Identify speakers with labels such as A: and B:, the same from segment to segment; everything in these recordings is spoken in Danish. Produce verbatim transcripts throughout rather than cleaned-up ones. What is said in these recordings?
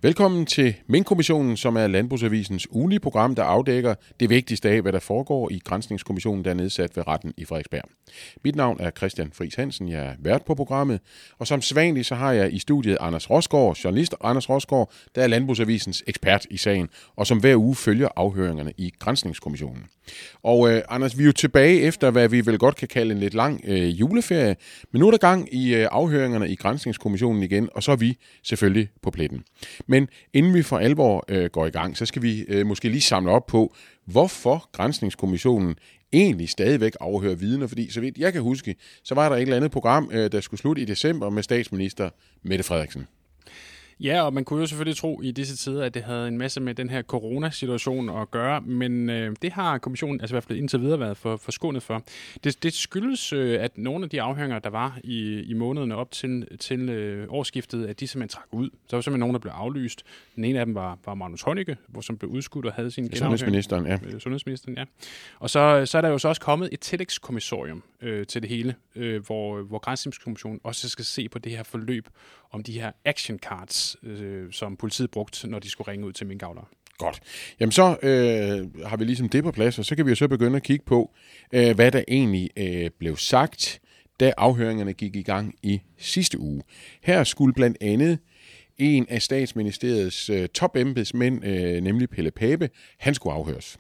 A: Velkommen til Minkkommissionen, som er Landbrugsavisens ugenlige program, der afdækker det vigtigste af, hvad der foregår i Granskningskommissionen, der er nedsat ved retten i Frederiksberg. Mit navn er Christian Friis Hansen, jeg er vært på programmet, og som sædvanligt så har jeg i studiet Anders Rosgaard, journalist Anders Rosgaard, der er Landbrugsavisens ekspert i sagen, og som hver uge følger afhøringerne i Granskningskommissionen. Og øh, Anders, vi er jo tilbage efter, hvad vi vel godt kan kalde en lidt lang øh, juleferie, men nu er der gang i øh, afhøringerne i Granskningskommissionen igen, og så er vi selvfølgelig på pletten. Men inden vi for alvor øh, går i gang, så skal vi øh, måske lige samle op på, hvorfor Granskningskommissionen egentlig stadigvæk afhører vidner, fordi så vidt jeg kan huske, så var der et eller andet program, øh, der skulle slutte i december med statsminister Mette Frederiksen.
B: Ja, og man kunne jo selvfølgelig tro i disse tider, at det havde en masse med den her coronasituation at gøre, men øh, det har kommissionen altså i hvert fald indtil videre været for, forskånet for. Det, det skyldes, øh, at nogle af de afhøringer, der var i, i månederne op til, til øh, årsskiftet, at de simpelthen trak ud. Der var simpelthen nogen, der blev aflyst. Den ene af dem var, var Magnus Heunicke, hvor som blev udskudt og havde sin genafhøring.
A: Sundhedsministeren, ja.
B: Øh, Sundhedsministeren, ja. Og så, så er der jo så også kommet et tillægskommissorium øh, til det hele, øh, hvor, hvor Granskningskommissionen også skal se på det her forløb om de her action cards, øh, som politiet brugte, når de skulle ringe ud til minkavlere.
A: Godt. Jamen så øh, har vi ligesom det på plads, og så kan vi jo så begynde at kigge på, øh, hvad der egentlig øh, blev sagt, da afhøringerne gik i gang i sidste uge. Her skulle blandt andet en af statsministeriets øh, topembedsmænd, øh, nemlig Pelle Pape, han skulle afhøres.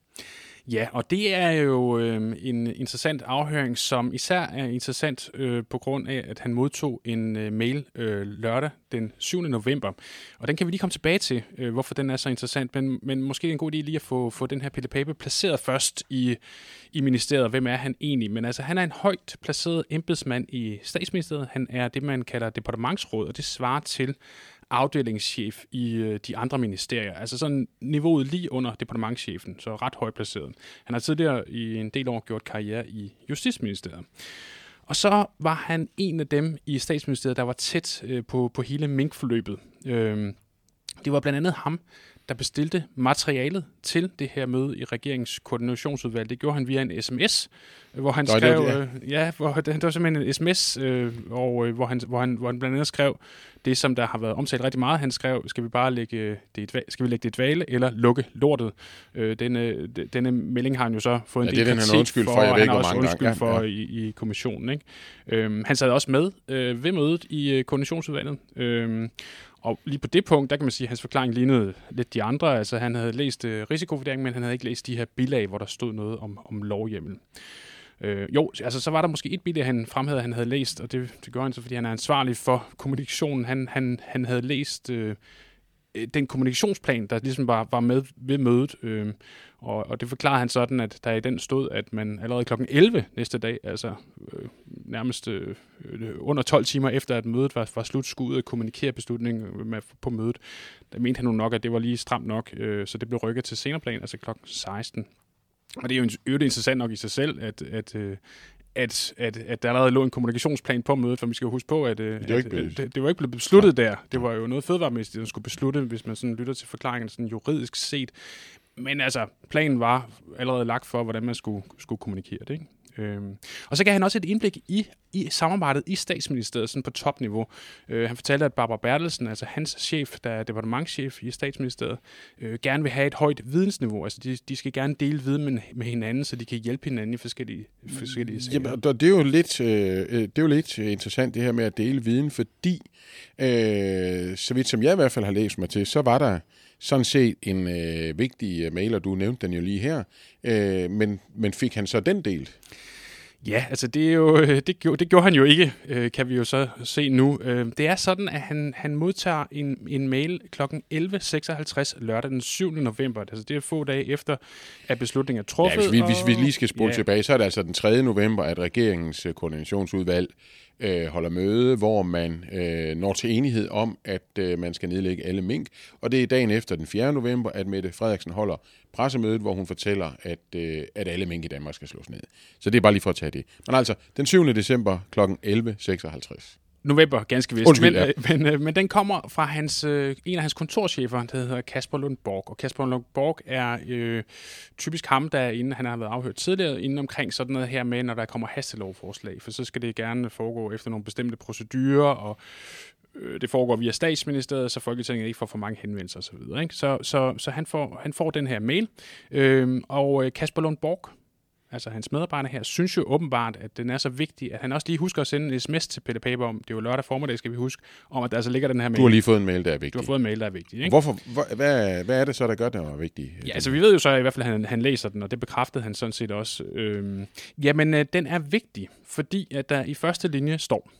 B: Ja, og det er jo øh, en interessant afhøring, som især er interessant øh, på grund af, at han modtog en øh, mail øh, lørdag den syvende november. Og den kan vi lige komme tilbage til, øh, hvorfor den er så interessant. Men, men måske en god idé lige at få, få den her Pelle Pape placeret først i, i ministeriet. Hvem er han egentlig? Men altså, han er en højt placeret embedsmand i statsministeriet. Han er det, man kalder departementsråd, og det svarer til afdelingschef i øh, de andre ministerier. Altså sådan niveauet lige under departementschefen, så ret højt placeret. Han har tidligere i en del år gjort karriere i Justitsministeriet. Og så var han en af dem i statsministeriet, der var tæt øh, på, på hele minkforløbet. Øh, det var blandt andet ham, der bestilte materialet til det her møde i regeringens koordinationsudvalg. Det gjorde han via en sms, hvor han Nå, skrev, det, ja. ja, hvor, det var simpelthen en sms, øh, og øh, hvor, han, hvor, han, hvor han blandt andet skrev det, som der har været omtalt rigtig meget. Han skrev, skal vi bare lægge det i, skal vi lægge det i dvale, eller lukke lortet? Øh, denne, denne melding har han jo så fået en
A: ja,
B: del kritik
A: for, undskyld for, jeg
B: og
A: han
B: har også
A: undskyld
B: undskyld for
A: ja.
B: i, i kommissionen. Ikke? Øh, han sad også med øh, ved mødet i øh, koordinationsudvalget, øh, og lige på det punkt, der kan man sige, at hans forklaring lignede lidt de andre. Altså, han havde læst øh, risikovurderingen, men han havde ikke læst de her bilag, hvor der stod noget om, om lovhjemmel. Øh, jo, altså så var der måske et bilag, han fremhævede, han havde læst, og det, det gør han så, fordi han er ansvarlig for kommunikationen. Han, han, han havde læst øh, den kommunikationsplan, der ligesom var, var med ved mødet, øh, og, og det forklarede han sådan, at der i den stod, at man allerede klokken elleve næste dag, altså øh, nærmest øh, under tolv timer efter, at mødet var, var slut, skulle ud og kommunikere beslutningen med, på mødet. Der mente han nu nok, at det var lige stramt nok, øh, så det blev rykket til senere plan, altså klokken seksten. Og det er jo øvrigt interessant nok i sig selv, at, at, at, at, at der allerede lå en kommunikationsplan på mødet, for vi skal jo huske på, at, det, var at, at det, det var ikke blevet besluttet der. Det var jo noget fødevareministeriet, der skulle beslutte, hvis man sådan lytter til forklaringen sådan juridisk set. Men altså, planen var allerede lagt for, hvordan man skulle, skulle kommunikere det, ikke? Øhm. Og så gav han også et indblik i, i samarbejdet i statsministeriet sådan på topniveau. Øh, han fortalte, at Barbara Bertelsen, altså hans chef, der er departementschef i statsministeriet, øh, gerne vil have et højt vidensniveau. Altså de, de skal gerne dele viden med, med hinanden, så de kan hjælpe hinanden i forskellige, forskellige sager.
A: Jamen, det er jo lidt, øh, det er jo lidt interessant det her med at dele viden, fordi øh, så vidt som jeg i hvert fald har læst mig til, så var der sådan set en øh, vigtig mail, og du nævnte den jo lige her, øh, men, men fik han så den delt?
B: Ja, altså det, er jo, det, gjorde, det gjorde han jo ikke, øh, kan vi jo så se nu. Øh, det er sådan, at han, han modtager en, en mail klokken elleve seksoghalvtreds lørdag den syvende november. Altså det er få dage efter, at beslutningen er truffet.
A: Ja, hvis vi, og, hvis vi lige skal spole
B: ja.
A: tilbage, så er det altså den tredje november, at regeringens koordinationsudvalg øh, holder møde, hvor man øh, når til enighed om, at øh, man skal nedlægge alle mink. Og det er dagen efter den fjerde november, at Mette Frederiksen holder pressemødet, hvor hun fortæller, at, øh, at alle mink i Danmark skal slås ned. Så det er bare lige for at tage det. Men altså, den syvende december klokken elleve seksoghalvtreds.
B: November, ganske vist.
A: Undskyld,
B: men,
A: ja.
B: men, men, men den kommer fra hans, øh, en af hans kontorchefer, der hedder Kasper Lund Borg. Og Kasper Lund Borg er øh, typisk ham, der inden han har været afhørt tidligere, inden omkring sådan noget her med, når der kommer hastelovforslag. For så skal det gerne foregå efter nogle bestemte procedurer, og øh, det foregår via statsministeriet, så Folketinget ikke får for mange henvendelser osv. Så, så, så, så han, får, han får den her mail, øh, og Kasper Lund Borg, altså hans medarbejder her, synes jo åbenbart, at den er så vigtig, at han også lige husker at sende en sms til Pelle Pape om, det er jo lørdag formiddag, skal vi huske, om at der altså ligger den her mail.
A: Du har lige fået en mail, der er vigtig.
B: Du har fået en mail, der er vigtig, ikke?
A: Hvorfor, hvor, hvad, hvad er det så, der gør, den er vigtig?
B: Ja, altså vi ved jo så i hvert fald, at han, han læser den, og det bekræftede han sådan set også. Øhm, jamen, øh, den er vigtig, fordi at der i første linje står,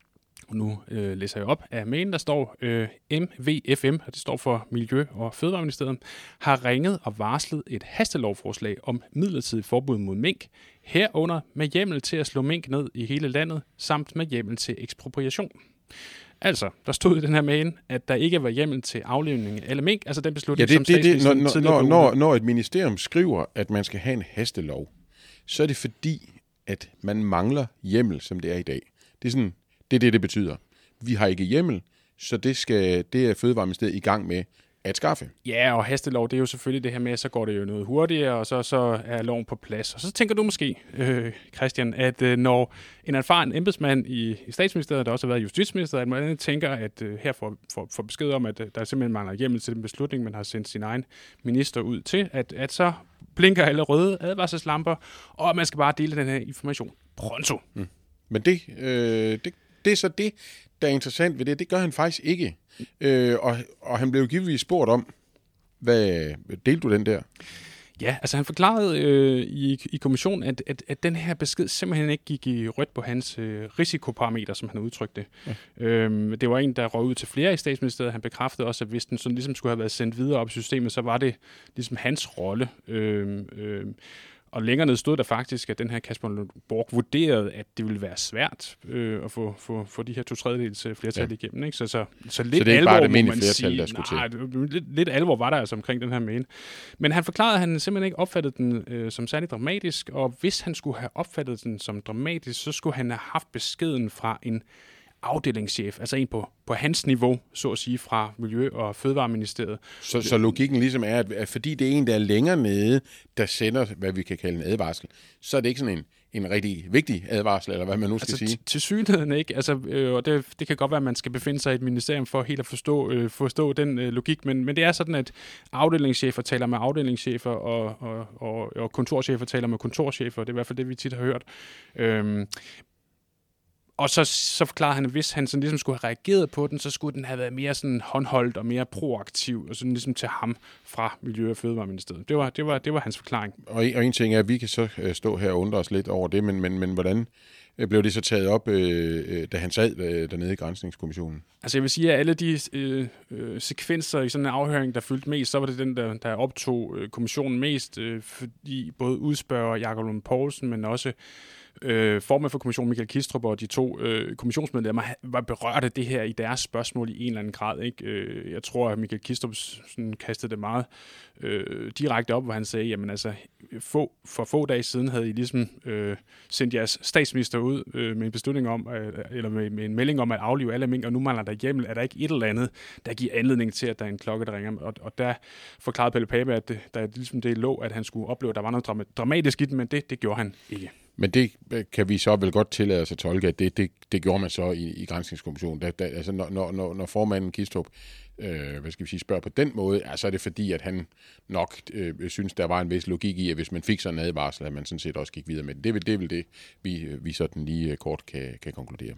B: og nu øh, læser jeg op af mailen, der står øh, M V F M, og det står for Miljø- og Fødevareministeriet, har ringet og varslet et hastelovforslag om midlertidigt forbud mod mink, herunder med hjemmel til at slå mink ned i hele landet, samt med hjemmel til ekspropriation. Altså, der stod i den her mail, at der ikke var hjemmel til aflivning af alle mink, altså den beslutning,
A: ja, det,
B: som
A: det, det,
B: statsministeren
A: når,
B: tidligere
A: når, når, når et ministerium skriver, at man skal have en hastelov, så er det fordi, at man mangler hjemmel, som det er i dag. Det er sådan, det er det, det betyder. Vi har ikke hjemmel, så det, skal, det er Fødevareministeriet i gang med at skaffe.
B: Ja, og hastelov, det er jo selvfølgelig det her med, så går det jo noget hurtigere, og så, så er loven på plads. Og så tænker du måske, øh, Christian, at øh, når en erfaren embedsmand i, i statsministeriet, der også har været justitsminister, at man tænker, at øh, her får, får, får besked om, at øh, der simpelthen mangler hjemmel til den beslutning, man har sendt sin egen minister ud til, at, at så blinker alle røde advarselslamper, og man skal bare dele den her information pronto.
A: Mm. Men det, øh, det, det er så det, der er interessant ved det. Det gør han faktisk ikke. Øh, og, og han blev givetvis spurgt om, hvad delte du den der?
B: Ja, altså han forklarede øh, i, i kommissionen, at, at, at den her besked simpelthen ikke gik i rødt på hans øh, risikoparameter, som han udtrykte det. Ja. Øhm, det var en, der røg ud til flere i statsministeriet. Han bekræftede også, at hvis den sådan ligesom skulle have været sendt videre op i systemet, så var det ligesom hans rolle. Øhm, øhm, Og længere ned stod der faktisk, at den her Kasper Lund Borg vurderede, at det ville være svært øh, at få, få, få de her to tredjedels flertal ja. igennem. Ikke? Så, så, så lidt
A: så det er
B: alvor,
A: bare det
B: må man
A: flertal,
B: sige.
A: Der skulle
B: Nej,
A: til.
B: Lidt, lidt alvor var der altså omkring den her mail. Men han forklarede, at han simpelthen ikke opfattede den øh, som særlig dramatisk, og hvis han skulle have opfattet den som dramatisk, så skulle han have haft beskeden fra en afdelingschef, altså en på, på hans niveau, så at sige, fra Miljø- og Fødevareministeriet.
A: Så, så logikken ligesom er, at, at fordi det er en, der er længere nede, der sender, hvad vi kan kalde en advarsel, så er det ikke sådan en, en rigtig vigtig advarsel, eller hvad man nu skal
B: altså,
A: sige.
B: Til synligheden ikke. Altså, øh, og det, det kan godt være, at man skal befinde sig i et ministerium for helt at forstå, øh, forstå den øh, logik, men, men det er sådan, at afdelingschefer taler med afdelingschefer, og, og, og, og kontorchefer taler med kontorchefer. Det er i hvert fald det, vi tit har hørt. Øhm, Og så, så forklarede han, at hvis han sådan ligesom skulle have reageret på den, så skulle den have været mere sådan håndholdt og mere proaktiv, og sådan ligesom til ham fra Miljø- og Fødevareministeriet. Det var, det var, det var hans forklaring.
A: Og en, og en ting er, at vi kan så stå her og undre os lidt over det, men, men, men hvordan blev det så taget op, øh, da han sad øh, dernede i Granskningskommissionen?
B: Altså jeg vil sige, at alle de øh, øh, sekvenser i sådan en afhøring, der fyldte mest, så var det den, der, der optog øh, kommissionen mest, øh, fordi både udspørger Jakob Lund Poulsen, men også Øh, formand for kommissionen Michael Kistrup og de to øh, kommissionsmedlemmer var berørt af det her i deres spørgsmål i en eller anden grad. Ikke? Øh, jeg tror, at Michael Kistrup sådan kastede det meget øh, direkte op, hvor han sagde, jamen altså, få, for få dage siden havde I ligesom øh, sendt jeres statsminister ud øh, med en beslutning om, øh, eller med, med en melding om at aflive alle mink, og nu mangler der hjemmel. Er der ikke et eller andet, der giver anledning til, at der er en klokke, der ringer? Og, og der forklarede Pelle Pape, at det, der ligesom det lå, at han skulle opleve, at der var noget dramatisk i den, men det, det gjorde han ikke.
A: Men det kan vi så vel godt tillade os at tolke, at det, det, det gjorde man så i, i Granskningskommissionen. Da, da, altså når, når, når formanden Kistrup øh, hvad skal vi sige, spørger på den måde, ja, så er det fordi, at han nok øh, synes, der var en vis logik i, at hvis man fik sådan en advarsel, at man sådan set også gik videre med det. Det er vel det, vel det vi, vi sådan lige kort kan, kan konkludere.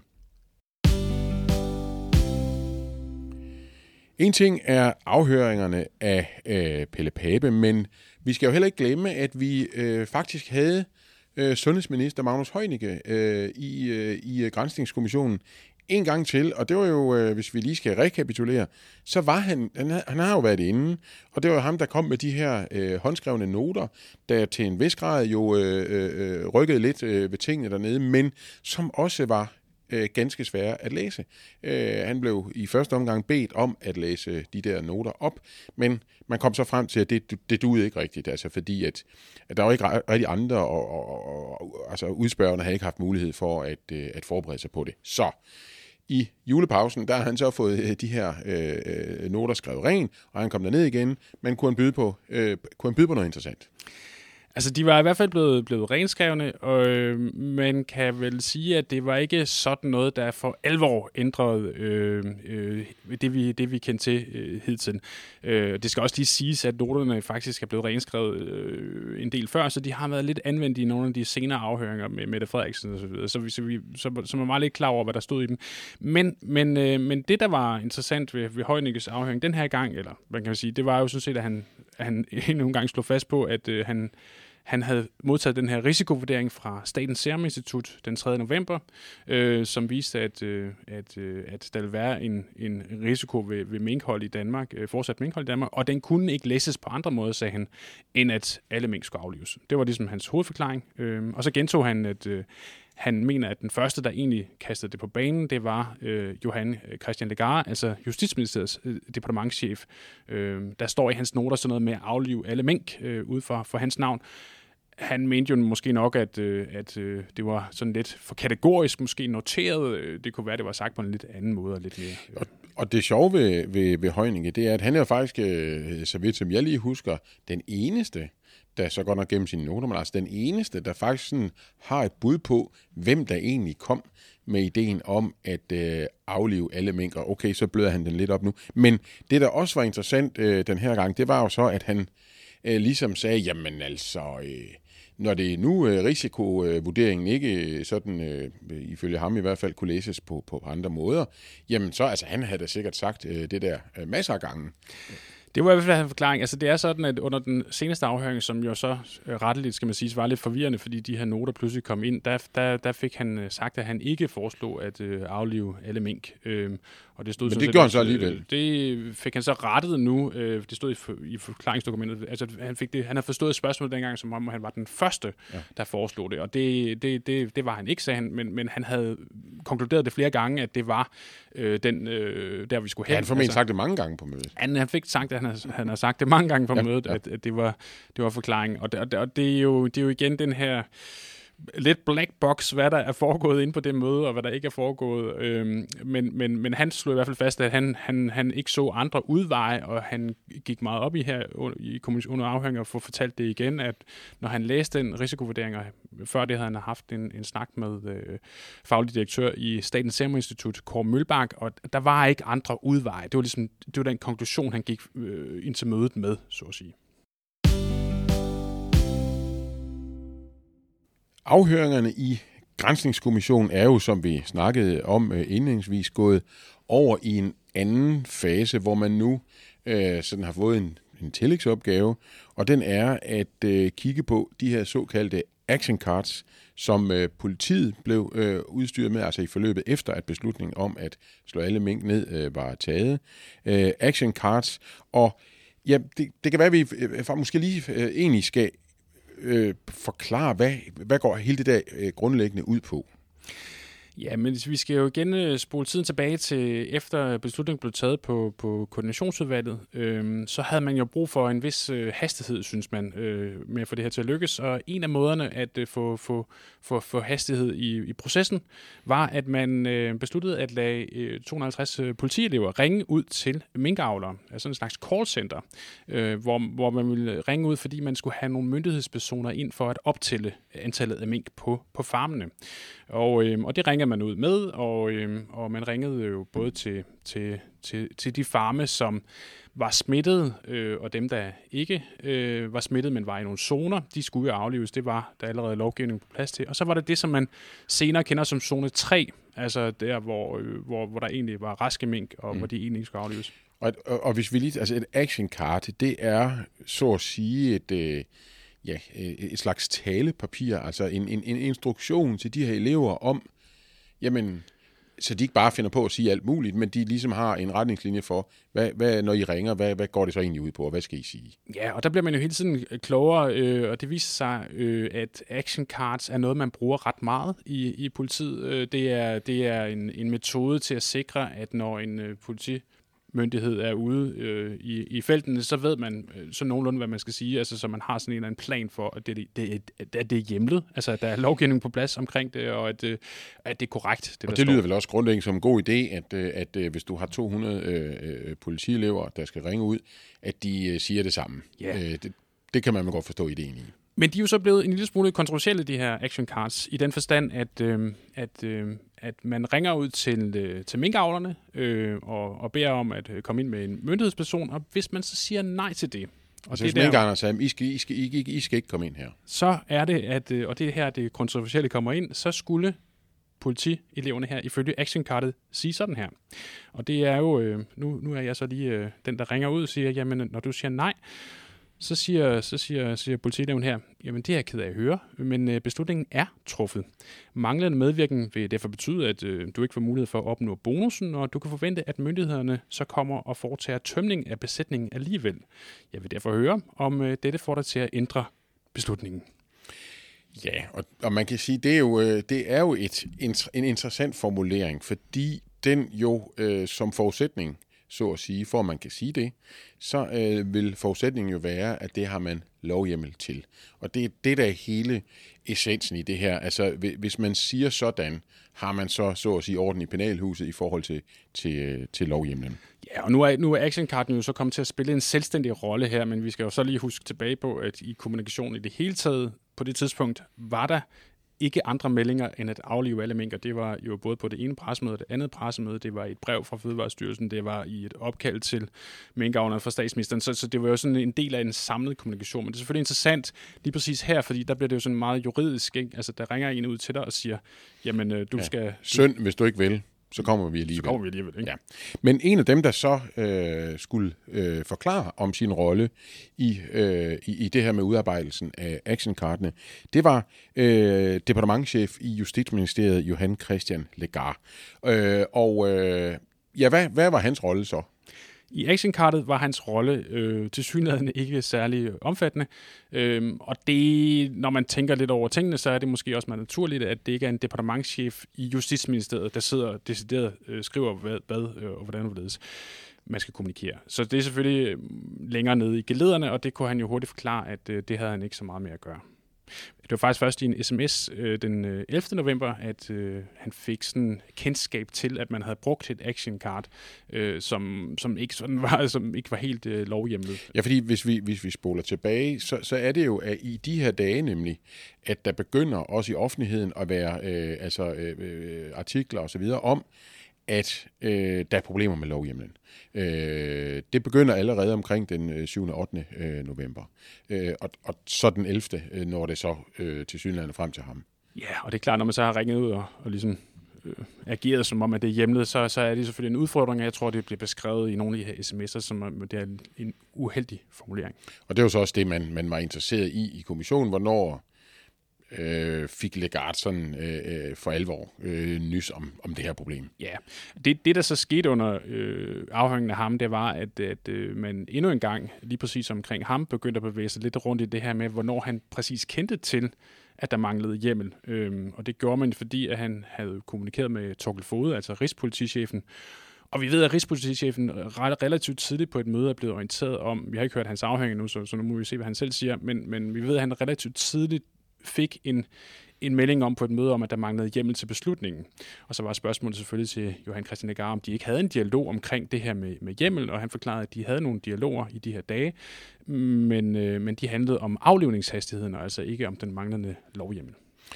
A: En ting er afhøringerne af øh, Pelle Pape, men vi skal jo heller ikke glemme, at vi øh, faktisk havde øh, sundhedsminister Magnus Heunicke øh, i, øh, i Granskningskommissionen en gang til, og det var jo, øh, hvis vi lige skal rekapitulere, så var han, han, han har jo været inde, og det var ham, der kom med de her øh, håndskrevne noter, der til en vis grad jo øh, øh, rykkede lidt øh, ved tingene dernede, men som også var øh, ganske svære at læse. Øh, han blev i første omgang bedt om at læse de der noter op, men man kom så frem til, at det, det duede ikke rigtigt, altså fordi at, at der var ikke rigtig andre, og, og, og altså udspørgerne havde ikke haft mulighed for at, øh, at forberede sig på det. Så i julepausen, der har han så fået de her øh, noter skrevet ren, og han kom derned igen, men kunne han byde på, øh, kunne han byde på noget interessant?
B: Altså, de var i hvert fald blevet, blevet renskrevne, og øh, man kan vel sige, at det var ikke sådan noget, der for alvor ændrede øh, øh, det, vi, det, vi kendte til øh, hidtil. Øh, det skal også lige siges, at noterne faktisk er blevet renskrevet øh, en del før, så de har været lidt anvendt i nogle af de senere afhøringer med Mette Frederiksen osv., så, videre. så, vi, så, vi, så, så man var lidt klar over, hvad der stod i dem. Men, men, øh, men det, der var interessant ved, ved Heunickes afhøring den her gang, eller hvad kan man sige, det var jo sådan set, at han, han endnu en gang slog fast på, at øh, han Han havde modtaget den her risikovurdering fra Statens Serum Institut den tredje november, øh, som viste, at, øh, at, øh, at der ville være en, en risiko ved, ved minkhold i Danmark, øh, fortsat minkhold i Danmark, og den kunne ikke læses på andre måder, sagde han, end at alle mink skulle aflives. Det var ligesom hans hovedforklaring. Øh, og så gentog han, at øh, han mener, at den første, der egentlig kastede det på banen, det var øh, Johan Christian Legarde, altså Justitsministeriets øh, departementschef. Øh, der står i hans noter sådan noget med at aflive alle mink øh, ud for, for hans navn. Han mente jo måske nok, at, øh, at øh, det var sådan lidt for kategorisk måske noteret. Det kunne være, det var sagt på en lidt anden måde. Og, lidt mere, øh.
A: og, og det sjove ved, ved, ved Heunicke, det er, at han er faktisk, øh, så vidt som jeg lige husker, den eneste, der så godt nok gennem sine noter, men altså den eneste, der faktisk sådan har et bud på, hvem der egentlig kom med ideen om at øh, aflive alle mink. Og okay, så bløder han den lidt op nu. Men det, der også var interessant øh, den her gang, det var jo så, at han øh, ligesom sagde, jamen altså, øh, når det nu øh, risikovurderingen ikke sådan, øh, ifølge ham i hvert fald, kunne læses på, på andre måder, jamen så, altså han havde da sikkert sagt øh, det der øh, masser af gange.
B: Det var i hvert fald en forklaring. Altså det er sådan, at under den seneste afhøring, som jo så retteligt, skal man sige, var lidt forvirrende, fordi de her noter pludselig kom ind, der, der, der fik han sagt, at han ikke foreslog at øh, aflive alle mink. Øhm, og det stod
A: Men
B: så
A: det
B: set,
A: gjorde han så alligevel.
B: Øh, det fik han så rettet nu. Øh, det stod i, for, i forklaringsdokumentet. Altså han, fik det, han havde forstået spørgsmålet dengang, som om han var den første, ja. der foreslog det. Og det, det, det, det var han ikke, sagde han, men, men han havde konkluderet det flere gange, at det var øh, den, øh, der, vi skulle hen.
A: Ja, han formentlig
B: altså,
A: sagt det mange gange på mødet.
B: Han, han fik sagt, at han har, han har sagt det mange gange på ja, mødet, ja. At, at det var, det var forklaringen. Og, det, og det, er jo, det er jo igen den her lidt black box, hvad der er foregået inde på det møde, og hvad der ikke er foregået. Øhm, men, men, men han slog i hvert fald fast, at han, han, han ikke så andre udveje, og han gik meget op i her i kommissionen og afhøring og få fortalt det igen, at når han læste den risikovurdering, og før det havde han haft en, en snak med øh, faglig direktør i Statens Serum Institut, Kåre Mølbak, og der var ikke andre udveje. Det var ligesom det var den konklusion, han gik øh, ind til mødet med, så at sige.
A: Afhøringerne i Granskningskommissionen er jo, som vi snakkede om indledningsvis, gået over i en anden fase, hvor man nu øh, sådan har fået en, en tillægsopgave, og den er at øh, kigge på de her såkaldte action cards, som øh, politiet blev øh, udstyret med, altså i forløbet efter, at beslutningen om at slå alle mink ned øh, var taget. Øh, action cards, og ja, det, det kan være, at vi øh, måske lige øh, egentlig skal Øh, forklare, hvad, hvad går hele det der øh, grundlæggende ud på?
B: Ja, men vi skal jo igen øh, spole tiden tilbage til, efter beslutningen blev taget på, på koordinationsudvalget, øh, så havde man jo brug for en vis øh, hastighed, synes man, øh, med at få det her til at lykkes. Og en af måderne at øh, få, få, få, få hastighed i, i processen, var, at man øh, besluttede at lade øh, to hundrede og halvtreds øh, politielever ringe ud til minkavlere, altså en slags callcenter, øh, hvor, hvor man ville ringe ud, fordi man skulle have nogle myndighedspersoner ind for at optælle antallet af mink på, på farmene. Og, øh, og det ringede man ud med, og, øh, og man ringede jo både til, til, til, til de farme, som var smittet, øh, og dem, der ikke øh, var smittet, men var i nogle zoner, de skulle jo aflives. Det var der allerede lovgivning på plads til. Og så var det det, som man senere kender som zone tre, altså der, hvor, øh, hvor, hvor der egentlig var raske mink, og mm. hvor de egentlig ikke skulle aflives.
A: Og, og, og hvis vi lige, altså et action card, det er så at sige et... Øh Ja, et slags talepapir, altså en, en, en instruktion til de her elever om, jamen, så de ikke bare finder på at sige alt muligt, men de ligesom har en retningslinje for, hvad, hvad, når I ringer, hvad, hvad går det så egentlig ud på, og hvad skal I sige? Ja,
B: og der bliver man jo hele tiden klogere, øh, og det viser sig, øh, at action cards er noget, man bruger ret meget i, i politiet. Det er, det er en, en metode til at sikre, at når en øh, politi myndighed er ude øh, i, i feltene, så ved man øh, så nogenlunde, hvad man skal sige, altså så man har sådan en eller anden plan for, at det, det, at det er hjemlet, altså at der er lovgivning på plads omkring det, og at, at det er korrekt. Det,
A: og det lyder står. Vel også grundlæggende som en god idé, at, at, at hvis du har to hundrede øh, politielever, der skal ringe ud, at de øh, siger det samme.
B: Ja.
A: Øh, det, det kan man godt forstå ideen i.
B: Men de er jo så blevet en lille smule kontroversielle, de her action cards, i den forstand, at, øh, at, øh, at man ringer ud til, øh, til minkavlerne øh, og, og beder om at komme ind med en myndighedsperson, og hvis man så siger nej til det,
A: og altså, det hvis minkavlerne siger, I skal, I, skal, I, I, I skal ikke komme ind her,
B: så er det, at, og det er her, det kontroversielle kommer ind, så skulle politieleverne her ifølge actionkartet sige sådan her. Og det er jo, øh, nu, nu er jeg så lige øh, den, der ringer ud og siger, jamen når du siger nej, så siger, så siger, siger politieleven her, jamen det er jeg ked af at høre, men øh, beslutningen er truffet. Manglende medvirken vil derfor betyde, at øh, du ikke får mulighed for at opnå bonusen, og du kan forvente, at myndighederne så kommer og foretager tømning af besætningen alligevel. Jeg vil derfor høre, om øh, dette får dig til at ændre beslutningen.
A: Ja, og, og man kan sige, det er jo, det er jo et, en interessant formulering, fordi den jo øh, som forudsætning, så at sige, for at man kan sige det, så øh, vil forudsætningen jo være, at det har man lovhjemmel til. Og det er det, der er hele essensen i det her. Altså, hvis man siger sådan, har man så, så at sige, orden i penalhuset i forhold til, til, til lovhjemmelen.
B: Ja, og nu er, nu er actionkarten jo så kommet til at spille en selvstændig rolle her, men vi skal jo så lige huske tilbage på, at i kommunikation i det hele taget, på det tidspunkt, var der ikke andre meldinger end at aflive alle mink, og det var jo både på det ene pressemøde og det andet pressemøde, det var i et brev fra Fødevarestyrelsen, det var i et opkald til minkavlerne fra statsministeren, så, så det var jo sådan en del af en samlet kommunikation, men det er selvfølgelig interessant lige præcis her, fordi der bliver det jo sådan meget juridisk, ikke? Altså der ringer en ud til dig og siger, jamen du ja. skal... Du...
A: Synd, hvis du ikke vil. Så kommer vi alligevel.
B: Så kommer vi alligevel, ikke?
A: Ja. Men en af dem, der så øh, skulle øh, forklare om sin rolle i, øh, i, i det her med udarbejdelsen af actionkartene, det var øh, departementschef i Justitsministeriet, Johan Christian Legarth. Øh, og øh, ja, hvad, hvad var hans rolle så?
B: I actionkartet var hans rolle øh, tilsyneladende ikke særlig omfattende, øhm, og det, når man tænker lidt over tingene, så er det måske også meget naturligt, at det ikke er en departementschef i Justitsministeriet, der sidder og decideret øh, skriver, hvad, hvad øh, og hvordan og hvorledes man skal kommunikere. Så det er selvfølgelig længere nede i gelederne, og det kunne han jo hurtigt forklare, at øh, det havde han ikke så meget med at gøre. Det var faktisk først i en sms øh, den ellevte november, at øh, han fik sådan kendskab til, at man havde brugt et action card, øh, som, som, ikke sådan var, som ikke var helt øh, lovhjemlet.
A: Ja, fordi hvis vi, hvis vi spoler tilbage, så, så er det jo at i de her dage nemlig, at der begynder også i offentligheden at være øh, altså, øh, artikler og så videre om, at øh, der er problemer med lovhjemmelen. Øh, det begynder allerede omkring den syvende og ottende november. Øh, og, og så den ellevte når det så øh, til synligheden frem til ham.
B: Ja, og det er klart, når man så har ringet ud og, og ligesom øh, ageret som om, at det er hjemlet, så, så er det selvfølgelig en udfordring, og jeg tror, det bliver beskrevet i nogle af de her sms'er, som det er en uheldig formulering.
A: Og det er jo så også det, man, man var interesseret i i kommissionen, hvornår Øh, fik Legarth sådan øh, for alvor øh, nys om, om det her problem.
B: Ja, det, det der så skete under øh, afhøringen af ham, det var, at, at øh, man endnu en gang, lige præcis omkring ham, begyndte at bevæge sig lidt rundt i det her med, hvornår han præcis kendte til, at der manglede hjemmel. Øhm, og det gjorde man, fordi at han havde kommunikeret med Thorkild Foged, altså rigspolitichefen. Og vi ved, at rigspolitichefen relativt tidligt på et møde er blevet orienteret om, vi har ikke hørt hans afhøring nu, så, så nu må vi se, hvad han selv siger, men, men vi ved, at han relativt tidligt fik en, en melding om på et møde om, at der manglede hjemmel til beslutningen. Og så var spørgsmålet selvfølgelig til Johan Christian Legarth, om de ikke havde en dialog omkring det her med, med hjemmel, og han forklarede, at de havde nogle dialoger i de her dage, men, øh, men de handlede om aflivningshastigheden, og altså ikke om den manglende lovhjemmel.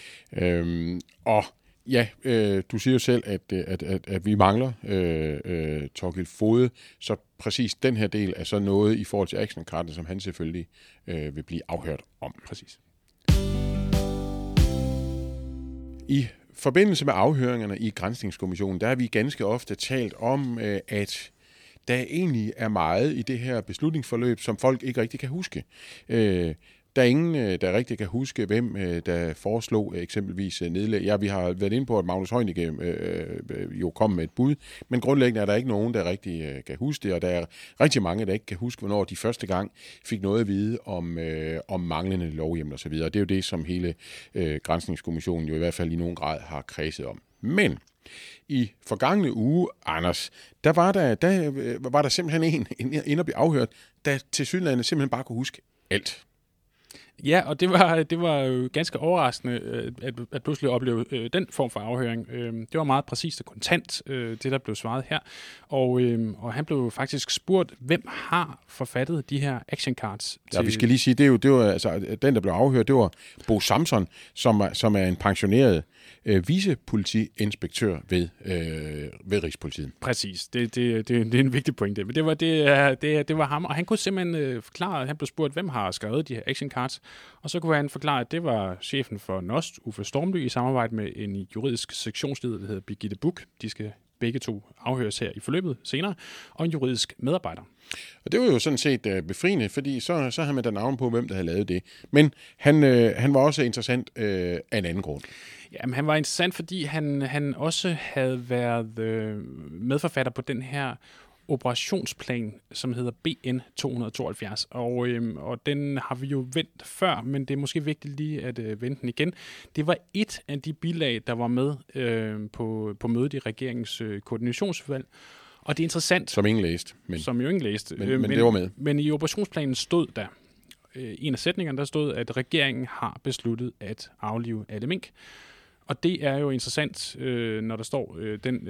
A: Øhm, og ja, øh, du siger jo selv, at, at, at, at vi mangler øh, øh, Thorkild Foged, så præcis den her del er så noget i forhold til actionkarten, som han selvfølgelig øh, vil blive afhørt om.
B: Præcis.
A: I forbindelse med afhøringerne i Granskningskommissionen, der har vi ganske ofte talt om, at der egentlig er meget i det her beslutningsforløb, som folk ikke rigtig kan huske. Der er ingen, der rigtig kan huske, hvem der foreslog eksempelvis nedlæg. Ja, vi har været inde på, at Magnus Heunicke øh, jo kom med et bud, men grundlæggende er der ikke nogen, der rigtig kan huske det, og der er rigtig mange, der ikke kan huske, hvornår de første gang fik noget at vide om, øh, om manglende lovhjemmel osv. Det er jo det, som hele øh, Granskningskommissionen jo i hvert fald i nogen grad har kredset om. Men i forgangne uge, Anders, der var der, der, var der simpelthen en, en inde at blive afhørt, der tilsyneladende simpelthen bare kunne huske alt.
B: Ja, og det var, det var jo ganske overraskende, at, at pludselig opleve øh, den form for afhøring. Øh, det var meget præcist og kontant, øh, det der blev svaret her. Og, øh, og han blev faktisk spurgt, hvem har forfattet de her action cards?
A: Ja, vi skal lige sige, det er jo, det var, altså, den, der blev afhørt, det var Bo Samson, som er, som er en pensioneret øh, vicepolitiinspektør ved, øh, ved Rigspolitiet.
B: Præcis, det, det, det, det er en vigtig pointe. Men det var, det, det, det var ham, og han kunne simpelthen øh, forklare, at han blev spurgt, hvem har skrevet de her action cards, og så kunne han forklare, at det var chefen for NOST, Uffe Stormly, i samarbejde med en juridisk sektionsleder, der hedder Birgitte Buch. De skal begge to afhøres her i forløbet senere, og en juridisk medarbejder.
A: Og det var jo sådan set uh, befriende, fordi så, så havde man da navn på, hvem der havde lavet det. Men han, øh, han var også interessant øh, af en anden grund.
B: Jamen, han var interessant, fordi han, han også havde været øh, medforfatter på den her operationsplan, som hedder B N to tooghalvfjerds, og, øhm, og den har vi jo vendt før, men det er måske vigtigt lige at øh, vende den igen. Det var et af de bilag, der var med øh, på, på mødet i regeringens øh, koordinationsudvalg, og det er interessant.
A: Som ingen læste. Men,
B: som jo ingen læste.
A: Men, øh, men, men det var med.
B: Men i operationsplanen stod der, øh, en af sætningerne, der stod, at regeringen har besluttet at aflive alle mink. Og det er jo interessant, øh, når der står øh, den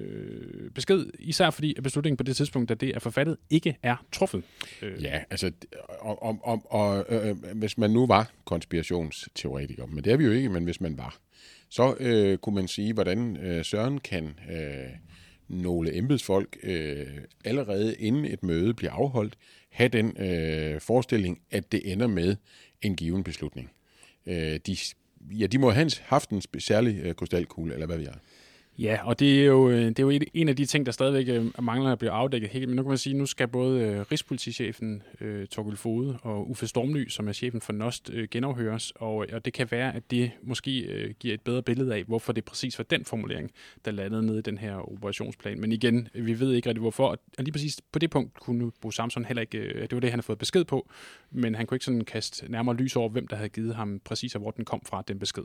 B: øh, besked, især fordi at beslutningen på det tidspunkt, da det er forfattet, ikke er truffet. Øh.
A: Ja, altså, og, og, og, og øh, hvis man nu var konspirationsteoretiker, men det er vi jo ikke, men hvis man var, så øh, kunne man sige, hvordan øh, Søren kan øh, nogle embedsfolk øh, allerede inden et møde bliver afholdt, have den øh, forestilling, at det ender med en given beslutning. Øh, de Ja, de må have haft en særlig øh, krystalkugle, eller hvad vi er.
B: Ja, og det er jo, det er jo en af de ting, der stadigvæk øh, mangler at blive afdækket helt. Men nu kan man sige, nu skal både øh, Rigspolitichefen øh, Thorkild Foged og Uffe Stormly, som er chefen for NOST, øh, genafhøres. Og, og det kan være, at det måske øh, giver et bedre billede af, hvorfor det præcis var den formulering, der landede nede i den her operationsplan. Men igen, vi ved ikke rigtig hvorfor. Og lige præcis på det punkt kunne Bo Samson heller ikke, øh, det var det, han havde fået besked på. Men han kunne ikke sådan kaste nærmere lys over, hvem der havde givet ham præcis, og hvor den kom fra, den besked.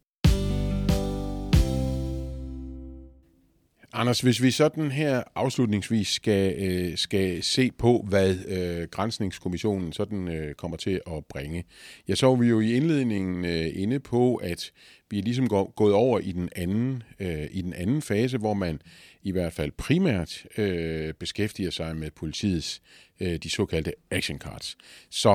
A: Anders, hvis vi sådan her afslutningsvis skal, øh, skal se på, hvad øh, Granskningskommissionen sådan øh, kommer til at bringe, ja, så er vi jo i indledningen øh, inde på, at vi er ligesom gå, gået over i den anden øh, i den anden fase, hvor man i hvert fald primært øh, beskæftiger sig med politiets øh, de såkaldte action cards. Så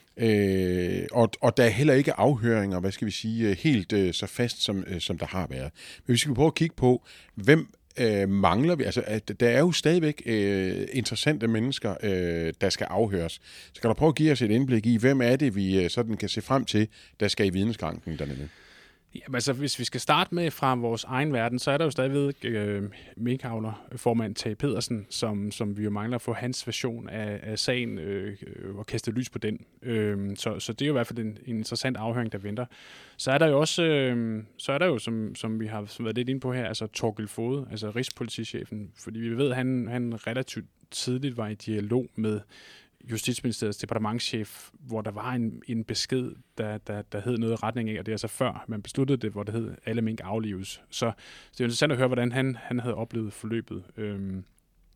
A: Øh, og, og der er heller ikke afhøringer, hvad skal vi sige, helt øh, så fast, som, øh, som der har været. Men vi skal prøve at kigge på, hvem øh, mangler vi? Altså, at der er jo stadigvæk øh, interessante mennesker, øh, der skal afhøres. Så kan du prøve at give os et indblik i, hvem er det, vi øh, sådan kan se frem til, der skal i vidneskranken dernede?
B: Jamen, altså, hvis vi skal starte med fra vores egen verden, så er der jo stadigvæk øh, minkavlerformand Tage Pedersen, som, som vi jo mangler at få hans version af, af sagen øh, og kaste lys på den. Øh, så, så det er jo i hvert fald en, en interessant afhøring, der venter. Så er der jo også, øh, så er der jo, som, som vi har været lidt inde på her, altså Thorkild Foged, altså Rigspolitichefen, fordi vi ved, at han, han relativt tidligt var i dialog med Justitsministeriets departementschef, hvor der var en, en besked, der, der, der hed noget i retning af, og det er altså før man besluttede det, hvor det hed, alle mink aflives. Så, så det er interessant at høre, hvordan han, han havde oplevet forløbet. Øhm,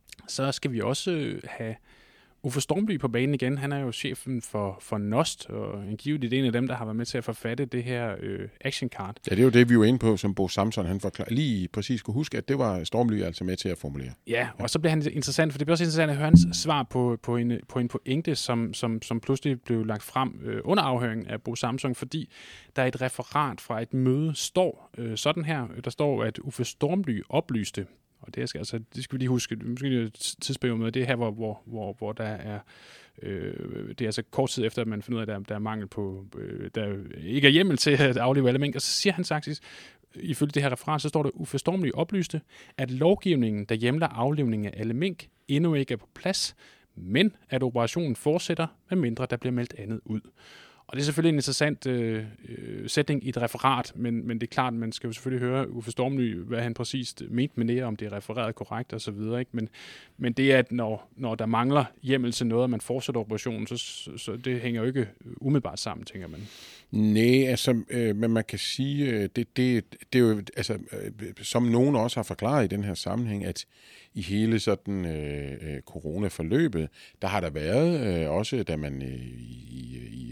B: så skal vi også have Uffe Stormly på banen igen. Han er jo chefen for, for NOST, og angiveligt en af dem, der har været med til at forfatte det her øh, action card.
A: Ja, det er jo det, vi var inde på, som Bo Samson, han forklar- lige præcis kunne huske, at det var Stormly altså med til at formulere.
B: Ja, og så bliver han interessant, for det bliver også interessant at høre hans svar på, på, en, på en pointe, som, som, som pludselig blev lagt frem øh, under afhøringen af Bo Samson, fordi der er et referat fra et møde, står øh, sådan her, der står, at Uffe Stormly oplyste, og det skal, altså, det skal vi lige huske, måske lige tidsperiode med, det er her, hvor, hvor, hvor, hvor der er, øh, det er altså kort tid efter, at man finder ud af, at der, der er mangel på, øh, der ikke er hjemmel til at aflive alle mink, og så siger han faktisk, ifølge det her referat, så står der, Uffe Stormly oplyste, at lovgivningen, der hjemler aflivning af alle mink, endnu ikke er på plads, men at operationen fortsætter, medmindre der bliver meldt andet ud. Og det er selvfølgelig en interessant øh, sætning i et referat, men, men det er klart, at man skal jo selvfølgelig høre Uffe Stormly, hvad han præcist mente med det, om det er refereret korrekt og så videre. Ikke? Men, men det er, at når, når der mangler hjemmel til noget, og man fortsætter operationen, så, så det hænger jo ikke umiddelbart sammen, tænker man.
A: Nej, altså, øh, men man kan sige, det, det, det er jo, altså, øh, som nogen også har forklaret i den her sammenhæng, at i hele sådan øh, coronaforløbet, der har der været, øh, også da man øh, i, i, i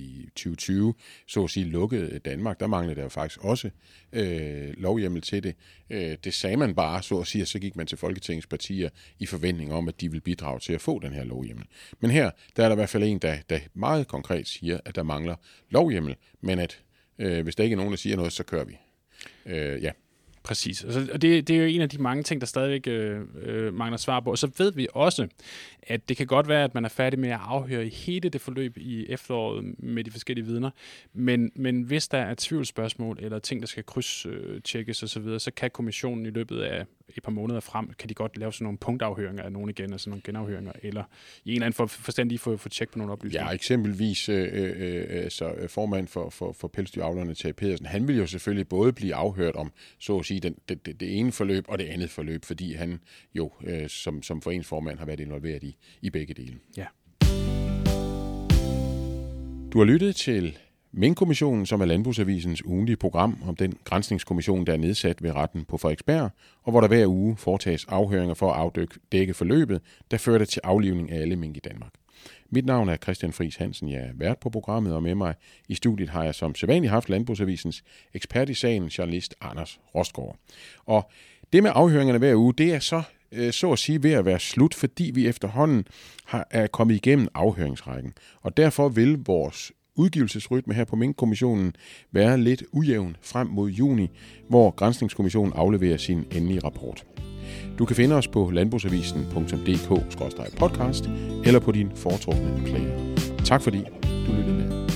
A: i tyve tyve så at sige lukkede Danmark, der manglede der jo faktisk også øh, lovhjemmel til det. Øh, det sagde man bare, så at sige, og så gik man til Folketingets partier i forventning om, at de vil bidrage til at få den her lovhjemmel. Men her, der er der i hvert fald en, der, der meget konkret siger, at der mangler lovhjemmel, men at øh, hvis der ikke er nogen, der siger noget, så kører vi. Øh, ja.
B: Præcis. Altså, og det, det er jo en af de mange ting, der stadigvæk øh, øh, mangler svar på. Og så ved vi også, at det kan godt være, at man er færdig med at afhøre i hele det forløb i efteråret med de forskellige vidner. Men, men hvis der er tvivlsspørgsmål eller ting, der skal krydstjekkes osv., så, så kan kommissionen i løbet af et par måneder frem, kan de godt lave sådan nogle punktafhøringer af nogen igen, altså nogle genafhøringer, eller i en eller anden for, forstand lige få, få tjek på nogle oplysninger.
A: Ja, eksempelvis øh, øh, så formand for, for, for pelsdyravlerne, Tage Pedersen, han vil jo selvfølgelig både blive afhørt om, så at sige, den, det, det, det ene forløb og det andet forløb, fordi han jo øh, som, som foreningsformand har været involveret i, i begge dele.
B: Ja.
A: Du har lyttet til Minkkommissionen, som er Landbrugsavisens ugentlige program om den granskningskommission, der er nedsat ved retten på Frederiksberg, og hvor der hver uge foretages afhøringer for at afdække forløbet, der førte til aflivning af alle mink i Danmark. Mit navn er Christian Friis Hansen, jeg er vært på programmet, og med mig i studiet har jeg som sædvanligt haft Landbrugsavisens ekspert i sagen, journalist Anders Rostgaard. Og det med afhøringerne hver uge, det er så så at sige ved at være slut, fordi vi efterhånden har, er kommet igennem afhøringsrækken. Og derfor vil vores udgivelsesrytme her på Minkkommissionen være lidt ujævn frem mod juni, hvor Granskningskommissionen afleverer sin endelige rapport. Du kan finde os på landbrugsavisen punktum d k skråstreg podcast eller på din foretrukne player. Tak fordi du lyttede med.